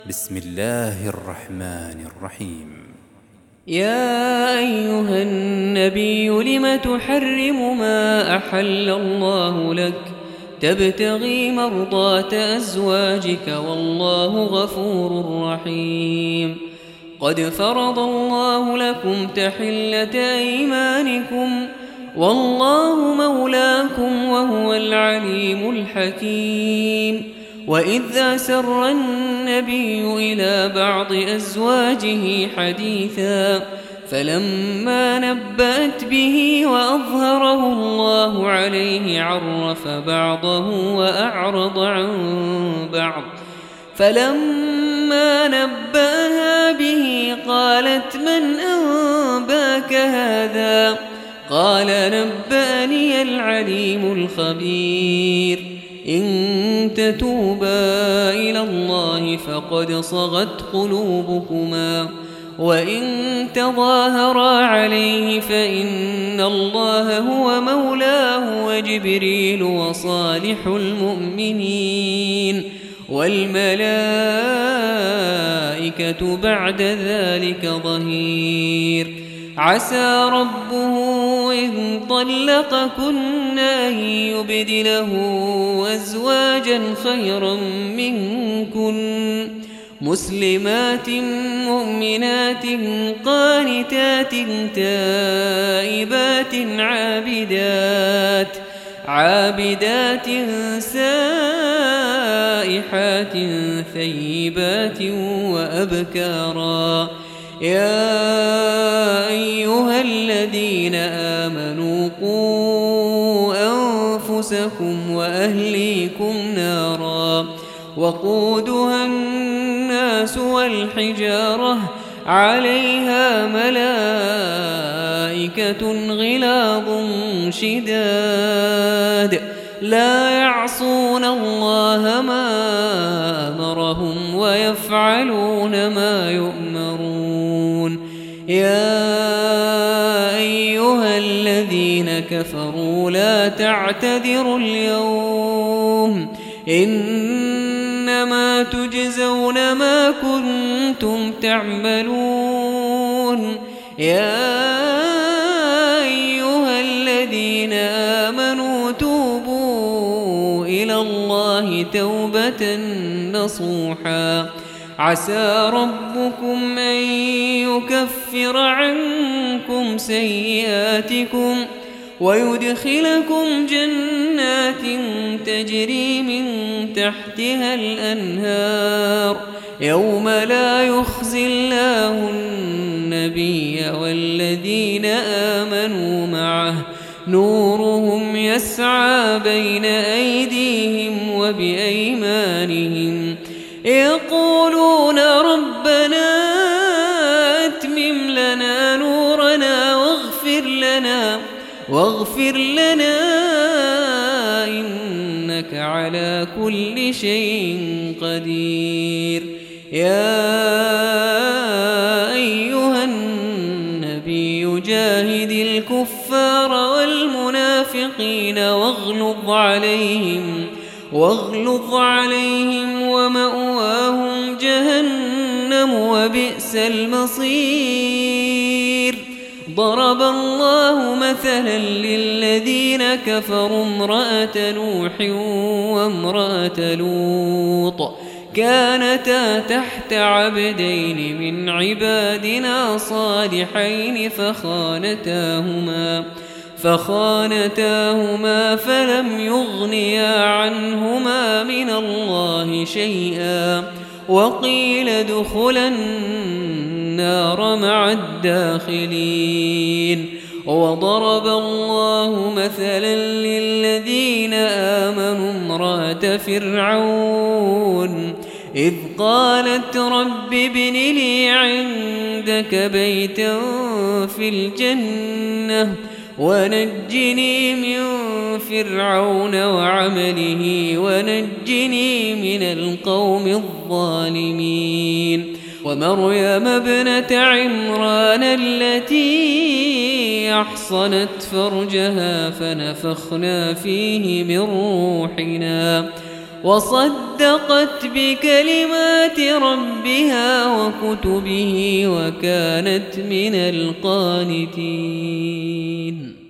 بسم الله الرحمن الرحيم. يا أيها النبي لم تحرم ما أحل الله لك تبتغي مرضات أزواجك والله غفور رحيم. قد فرض الله لكم تحلة أيمانكم والله مولاكم وهو العليم الحكيم. وإذ أسر النبي إلى بعض أزواجه حديثا فلما نبأت به وأظهره الله عليه عرف بعضه وأعرض عن بعض. فلما نبأها به قالت من أنباك هذا؟ قال نبأني العليم الخبير. إن تتوبا إلى الله فقد صغت قلوبكما وإن تظاهرا عليه فإن الله هو مولاه وجبريل وصالح المؤمنين والملائكة بعد ذلك ظهير. عسى ربه إن طلقكن أن يبدله أزواجا خيرا منكن مسلمات مؤمنات قانتات تائبات عابدات سائحات ثيبات وأبكارا. يا أيها الذين آمنوا قوا أنفسكم وأهليكم نارا وقودها الناس والحجارة عليها ملائكة غلاظ شداد لا يعصون الله ما أمرهم ويفعلون ما يؤمرون. يا أيها الذين كفروا لا تعتذروا اليوم إنما تجزون ما كنتم تعملون. يا أيها الذين آمنوا توبوا إلى الله توبة نصوحا عسى ربكم أن يكفر عنكم سيئاتكم ويدخلكم جنات تجري من تحتها الأنهار يوم لا يخزي الله النبي والذين آمنوا معه نورهم يسعى بين أيديهم وبأيمانهم يقولون ربنا أتمم لنا نورنا واغفر لنا إنك على كل شيء قدير. يا أيها النبي جاهد الكفار والمنافقين واغلظ عليهم ومأواهم جهنم وبئس المصير. ضرب الله مثلا للذين كفروا امرأة نوح وامرأة لوط كانتا تحت عبدين من عبادنا صالحين فخانتاهما فلم يغنيا عنهما من الله شيئا وقيل ادخلا النار مع الداخلين. وضرب الله مثلا للذين آمنوا امرأة فرعون إذ قالت رب ابن لي عندك بيتا في الجنة ونجني من فرعون وعمله ونجني من القوم الظالمين. ومريم ابنة عمران التي أحصنت فرجها فنفخنا فيه من روحنا وصدقت بكلمات ربها وكتبه وكانت من القانتين.